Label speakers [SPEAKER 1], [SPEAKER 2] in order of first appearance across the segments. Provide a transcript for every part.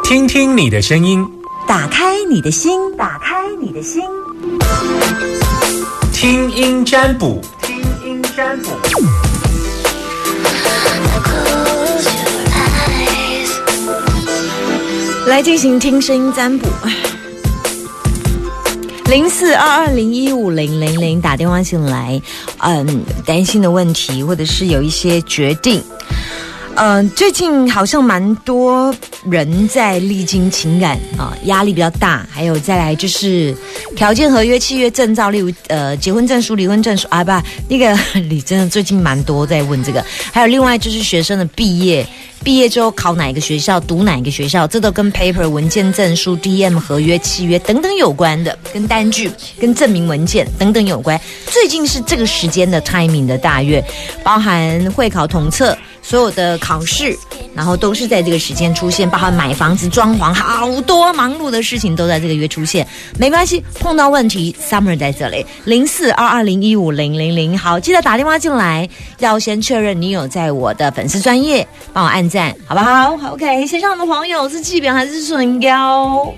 [SPEAKER 1] 听听你的声音，
[SPEAKER 2] 打开你的心，打开你的心，
[SPEAKER 1] 听音占卜，听音占卜。
[SPEAKER 2] 来进行听声音占卜。0422015000打电话进来，担心的问题或者是有一些决定。最近好像蛮多人在历经情感压力比较大，还有再来就是条件合约、契约、证照，例如结婚证书、离婚证书啊，不，那个你真的最近蛮多在问这个。还有另外就是学生的毕业之后考哪一个学校、读哪一个学校，这都跟 paper 文件、证书、DM 合约、契约等等有关的，跟单据、跟证明文件等等有关。最近是这个时间的 timing 的大月，包含会考统测。所有的考试，然后都是在这个时间出现，包含买房子、装潢，好多忙碌的事情都在这个月出现。没关系，碰到问题 ，Summer 在这里，0422015000。好，记得打电话进来，要先确认你有在我的粉丝专页帮我按赞，好不好 ？OK， 线上的朋友是季饼还是笋糕？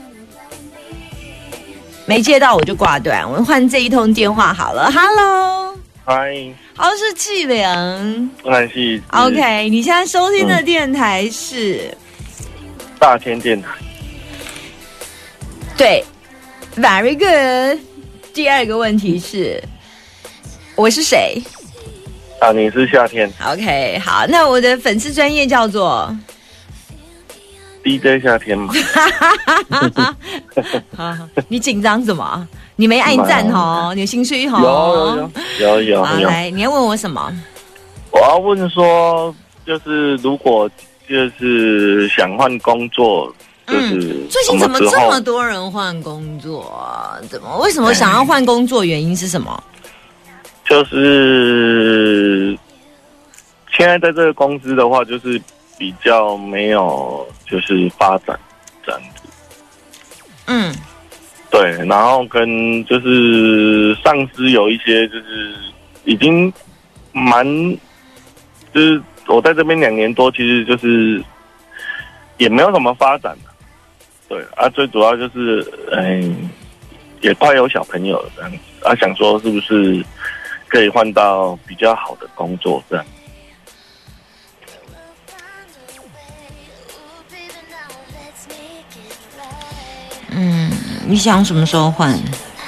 [SPEAKER 2] 没接到我就挂断，我换这一通电话好了。Hello，
[SPEAKER 3] 嗨。
[SPEAKER 2] 好，是季良，
[SPEAKER 3] 嗨，是
[SPEAKER 2] OK。你现在收听的电台是
[SPEAKER 3] 大千电台。
[SPEAKER 2] 对 ，Very good。第二个问题是，我是谁？
[SPEAKER 3] 你是夏天。
[SPEAKER 2] OK， 好，那我的粉丝专页叫做
[SPEAKER 3] DJ 夏天嘛。
[SPEAKER 2] 好，你紧张什么？你没按赞哦，你有心虚哦。
[SPEAKER 3] 有。
[SPEAKER 2] 好，来，你要问我什么？
[SPEAKER 3] 我要问说，就是如果就是想换工作，就是
[SPEAKER 2] 最近怎么这么多人换工作？为什么想要换工作？原因是什么？
[SPEAKER 3] 就是现在在这个公司的话，就是比较没有就是发展这样子。对，然后跟就是上司有一些就是已经就是我在这边2年多，其实就是也没有什么发展。对啊，最主要就是也快有小朋友了这样子啊，想说是不是可以换到比较好的工作这样。
[SPEAKER 2] 你想什么时候换？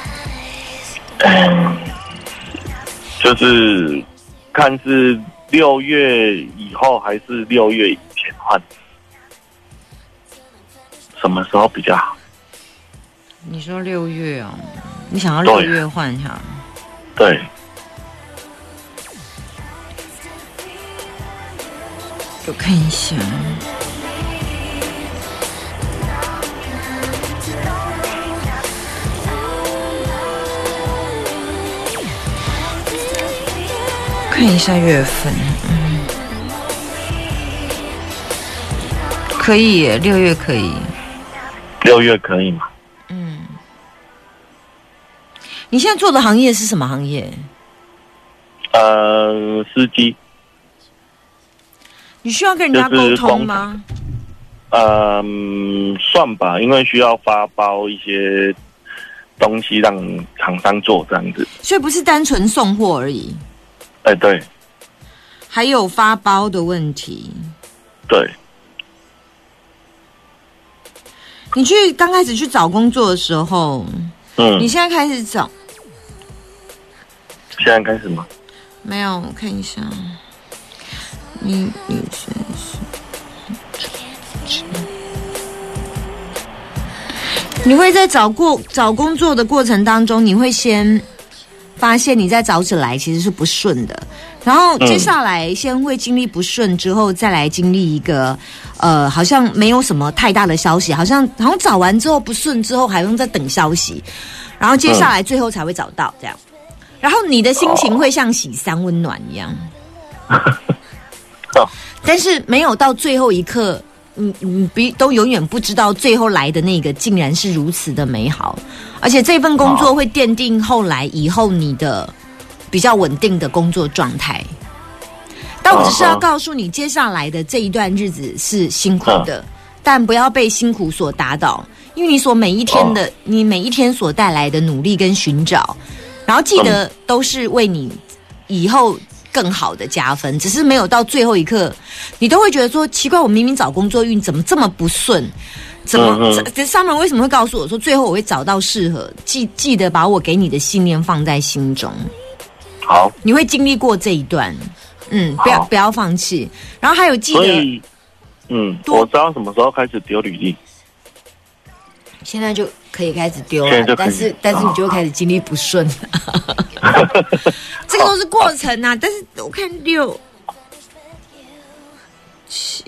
[SPEAKER 3] 就是看是6月以后还是6月以前换，什么时候比较好？
[SPEAKER 2] 你说6月哦，你想要6月换哈？
[SPEAKER 3] 对。
[SPEAKER 2] 我看一下。看一下月份，可以耶，6月可以。
[SPEAKER 3] 6月可以吗？
[SPEAKER 2] 你现在做的行业是什么行业？
[SPEAKER 3] 司机。
[SPEAKER 2] 你需要跟人家沟通吗？
[SPEAKER 3] 算吧，因为需要发包一些东西让厂商做这样子。
[SPEAKER 2] 所以不是单纯送货而已。
[SPEAKER 3] 对，
[SPEAKER 2] 还有发包的问题。
[SPEAKER 3] 对，
[SPEAKER 2] 你刚开始去找工作的时候，你现在开始找？
[SPEAKER 3] 现在开始吗？
[SPEAKER 2] 没有，我看一下。你会在找工作的过程当中，你会先发现你在找起来其实是不顺的，然后接下来先会经历不顺，之后再来经历一个好像没有什么太大的消息，好像找完之后不顺之后还用再等消息，然后接下来最后才会找到这样，然后你的心情会像洗三温暖一样，但是没有到最后一刻。都永远不知道最后来的那个竟然是如此的美好，而且这份工作会奠定以后你的比较稳定的工作状态。但我只是要告诉你，接下来的这一段日子是辛苦的， 但不要被辛苦所打倒，因为你每一天所带来的努力跟寻找，然后记得都是为你以后更好的加分，只是没有到最后一刻，你都会觉得说奇怪，我明明找工作运怎么这么不顺？怎么上面为什么会告诉我说最后我会找到适合？记得把我给你的信念放在心中。
[SPEAKER 3] 好，
[SPEAKER 2] 你会经历过这一段，不要放弃。然后还有记得，
[SPEAKER 3] 所以我知道什么时候开始丢履历。
[SPEAKER 2] 现在就可以开始丢了，但是你就会开始经历不顺。这个都是过程啊。但是我看6、7，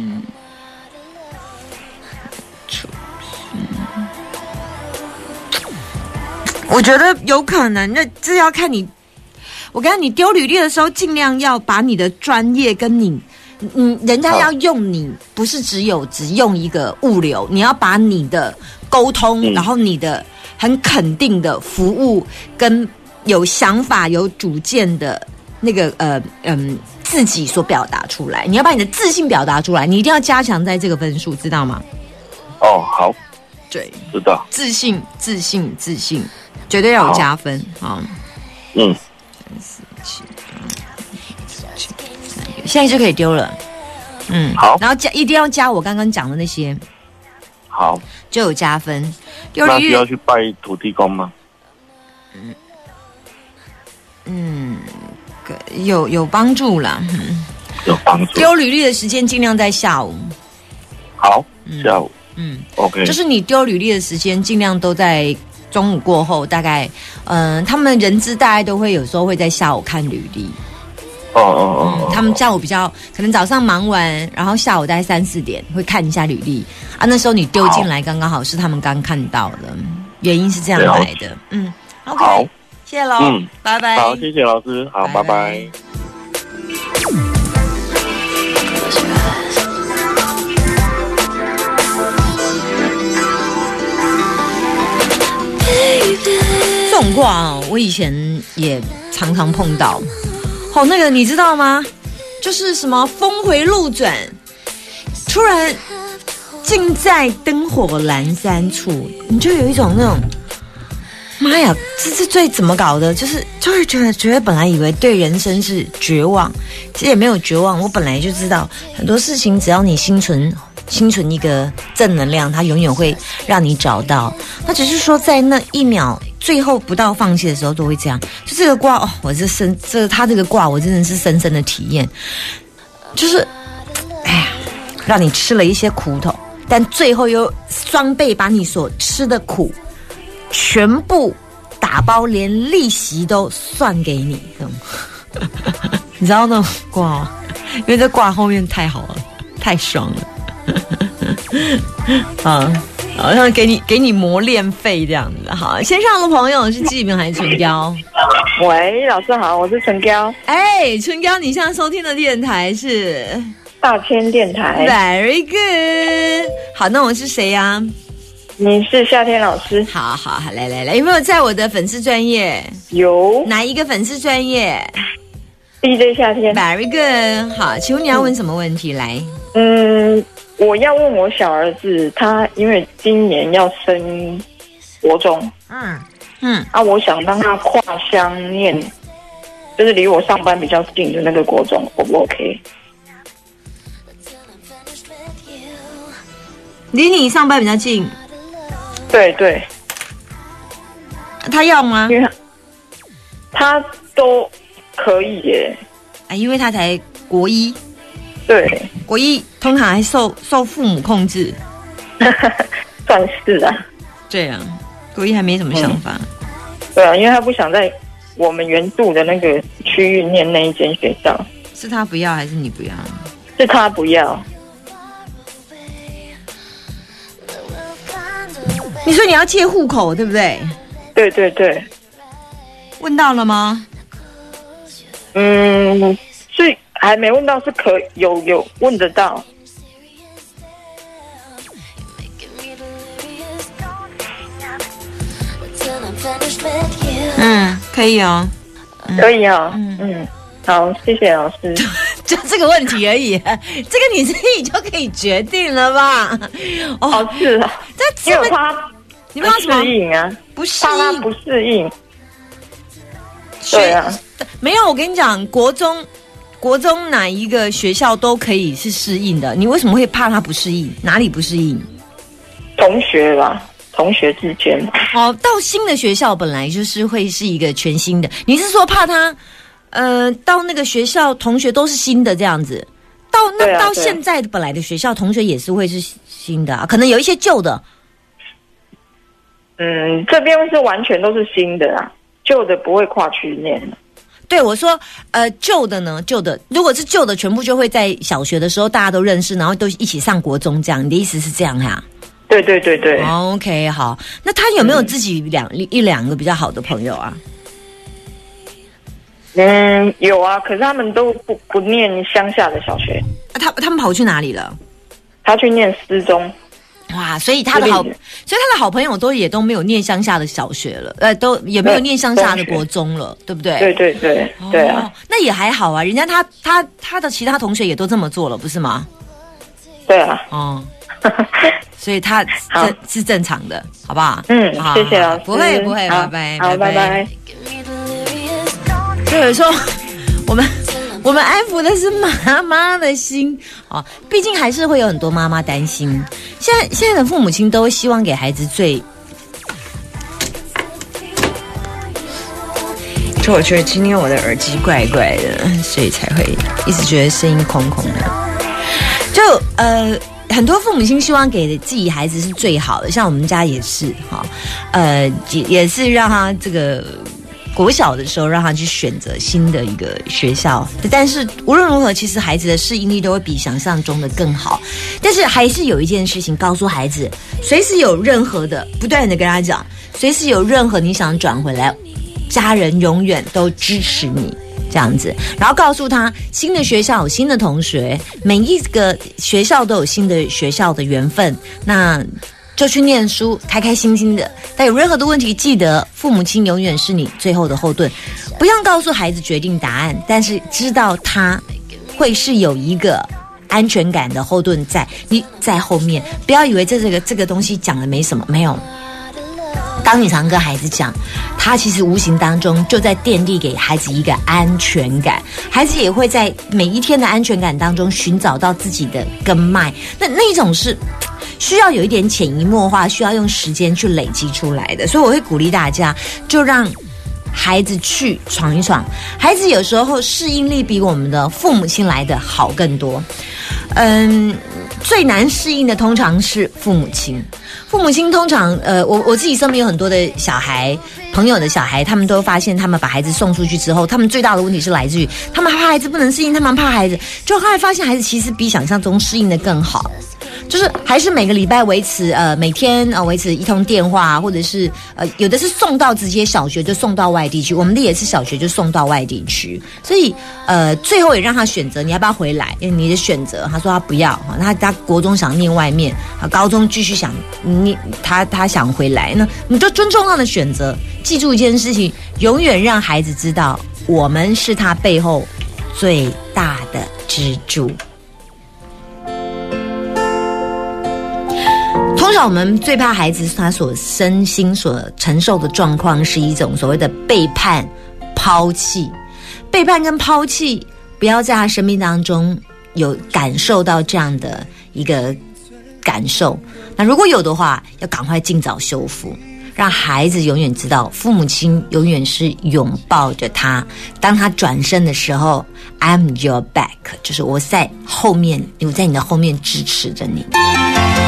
[SPEAKER 2] 我觉得有可能，那这要看你。我跟你丢履历的时候，尽量要把你的专业跟人家要用你，不是只用一个物流，你要把你的沟通，然后你的很肯定的服务，跟有想法、有主见的那个自己所表达出来。你要把你的自信表达出来，你一定要加强在这个分数，知道吗？
[SPEAKER 3] 哦，好，
[SPEAKER 2] 对，
[SPEAKER 3] 知道。
[SPEAKER 2] 自信，绝对要有加分啊！3、4、7、现在就可以丢了。好，然后一定要加我刚刚讲的那些，
[SPEAKER 3] 好，
[SPEAKER 2] 就有加分。
[SPEAKER 3] 那需要去拜土地公吗？
[SPEAKER 2] 有帮助啦。
[SPEAKER 3] 有帮助。
[SPEAKER 2] 丢履历的时间尽量在下午。
[SPEAKER 3] 好，下午。OK。
[SPEAKER 2] 就是你丢履历的时间尽量都在中午过后，大概他们人资大概都会有时候会在下午看履历。他们下午比较可能早上忙完，然后下午大概3、4点会看一下履历啊。那时候你丢进来刚刚好是他们刚看到的，原因是这样来的。OK，
[SPEAKER 3] 好，
[SPEAKER 2] 谢谢喽，拜拜。
[SPEAKER 3] 好，谢谢老师，好，拜拜。这种卦我以前也常常碰到。那个你知道吗？就是什么峰回路转，突然尽在灯火阑珊处，你就有一种那种，妈呀，这最怎么搞的？就会觉得本来以为对人生是绝望，其实也没有绝望。我本来就知道很多事情，只要你心存一个正能量，它永远会让你找到。那只是说在那一秒最后不到放弃的时候都会这样。就这个卦我他这个卦我真的是深深的体验，就是哎呀，让你吃了一些苦头，但最后又双倍把你所吃的苦全部打包，连利息都算给你。你知道那种卦因为这卦后面太好了，太爽了。好像给你磨练费这样子。好，线上的朋友是纪明还是春娇？
[SPEAKER 4] 喂，老师好，我是春娇。
[SPEAKER 2] 春娇，你现在收听的电台是
[SPEAKER 4] 大千电台。
[SPEAKER 2] Very good。好，那我是谁呀？
[SPEAKER 4] 你是夏天老师。
[SPEAKER 2] 好，来，有没有在我的粉丝专页？
[SPEAKER 4] 有。
[SPEAKER 2] 哪一个粉丝专页？
[SPEAKER 4] DJ 夏天。
[SPEAKER 2] Very good。好，请问你要问什么问题？来。
[SPEAKER 4] 我要问我小儿子，他因为今年要升国中，我想让他跨乡念，就是离我上班比较近的那个国中 ，O 不 OK？
[SPEAKER 2] 离你上班比较近？
[SPEAKER 4] 对。
[SPEAKER 2] 他要吗？
[SPEAKER 4] 因为他都可以耶。
[SPEAKER 2] 因为他才国一。
[SPEAKER 4] 对，
[SPEAKER 2] 国一通常还受父母控制，
[SPEAKER 4] 算是啊。
[SPEAKER 2] 对啊，国一还没什么想法。
[SPEAKER 4] 对啊，因为他不想在我们原住的那个区域念那一间学校。
[SPEAKER 2] 是他不要还是你不要？
[SPEAKER 4] 是他不要。
[SPEAKER 2] 你说你要借户口对不对？
[SPEAKER 4] 对。
[SPEAKER 2] 问到了吗？
[SPEAKER 4] 是还没问到，是有问得到。
[SPEAKER 2] 可以哦。
[SPEAKER 4] 可以哦。好，谢谢老师。
[SPEAKER 2] 就这个问题而已，这个你自己就可以决定了吧？
[SPEAKER 4] 哦，是啊，因为他
[SPEAKER 2] 你怕什么？
[SPEAKER 4] 适应啊，
[SPEAKER 2] 不适应，
[SPEAKER 4] 怕他不适应。对啊，
[SPEAKER 2] 没有，我跟你讲，国中哪一个学校都可以是适应的，你为什么会怕他不适应？哪里不适应？
[SPEAKER 4] 同学吧，同学之间。
[SPEAKER 2] 哦，到新的学校本来就是会是一个全新的，你是说怕他？到那个学校同学都是新的这样子，到现在本来的学校同学也是会是新的啊，可能有一些旧的。
[SPEAKER 4] 这边是完全都是新的啊，旧的不会跨区念。
[SPEAKER 2] 对，我说旧的呢，旧的如果是旧的，全部就会在小学的时候大家都认识，然后都一起上国中这样。你的意思是这样呀？
[SPEAKER 4] 对对对对。
[SPEAKER 2] OK， 好，那他有没有自己一两个比较好的朋友啊？
[SPEAKER 4] 有啊，可是他们都不念乡下的小学。
[SPEAKER 2] 他们跑去哪里了？
[SPEAKER 4] 他去念私中。
[SPEAKER 2] 哇，所以他的好朋友也都没有念乡下的小学了，都也没有念乡下的国中了，对不对？
[SPEAKER 4] 对对对对啊，
[SPEAKER 2] 那也还好啊，人家他的其他同学也都这么做了，不是吗？
[SPEAKER 4] 对啊，
[SPEAKER 2] 哦，所以他是正常的，好不好？
[SPEAKER 4] 谢谢老师，
[SPEAKER 2] 不会，拜拜，
[SPEAKER 4] 好，拜拜。
[SPEAKER 2] 所以说我们安抚的是妈妈的心啊，毕竟还是会有很多妈妈担心。现在的父母亲都希望给孩子最，就我觉得今天我的耳机怪怪的，所以才会一直觉得声音空空的。就很多父母亲希望给自己孩子是最好的，像我们家也是哈，也是让他这个。国小的时候让他去选择新的一个学校，但是无论如何其实孩子的适应力都会比想象中的更好，但是还是有一件事情告诉孩子，随时有任何的不断的跟他讲，随时有任何你想转回来，家人永远都支持你这样子，然后告诉他新的学校有新的同学，每一个学校都有新的学校的缘分，那就去念书，开开心心的。但有任何的问题，记得父母亲永远是你最后的后盾。不要告诉孩子决定答案，但是知道他会是有一个安全感的后盾在你在后面。不要以为这个东西讲了没什么，没有。当你常跟孩子讲，他其实无形当中就在奠定给孩子一个安全感，孩子也会在每一天的安全感当中寻找到自己的根脉。那一种是需要有一点潜移默化，需要用时间去累积出来的。所以我会鼓励大家，就让孩子去闯一闯。孩子有时候适应力比我们的父母亲来的好更多。最难适应的通常是父母亲。父母亲通常，我自己身边有很多的小孩，朋友的小孩，他们都发现，他们把孩子送出去之后，他们最大的问题是来自于他们怕孩子不能适应，他们怕孩子，就后来发现孩子其实比想象中适应的更好。就是还是每个礼拜维持每天维持一通电话，或者是有的是送到直接小学就送到外地去，我们的也是小学就送到外地去，所以最后也让他选择你要不要回来，因为你的选择，他说他不要，他国中想念外面，高中继续想他想回来，那你就尊重他的选择，记住一件事情，永远让孩子知道我们是他背后最大的支柱。通常我们最怕孩子他所身心所承受的状况是一种所谓的背叛、抛弃。背叛跟抛弃，不要在他生命当中有感受到这样的一个感受。那如果有的话，要赶快尽早修复，让孩子永远知道父母亲永远是拥抱着他。当他转身的时候 I'm your back， 就是我在后面，我在你的后面支持着你。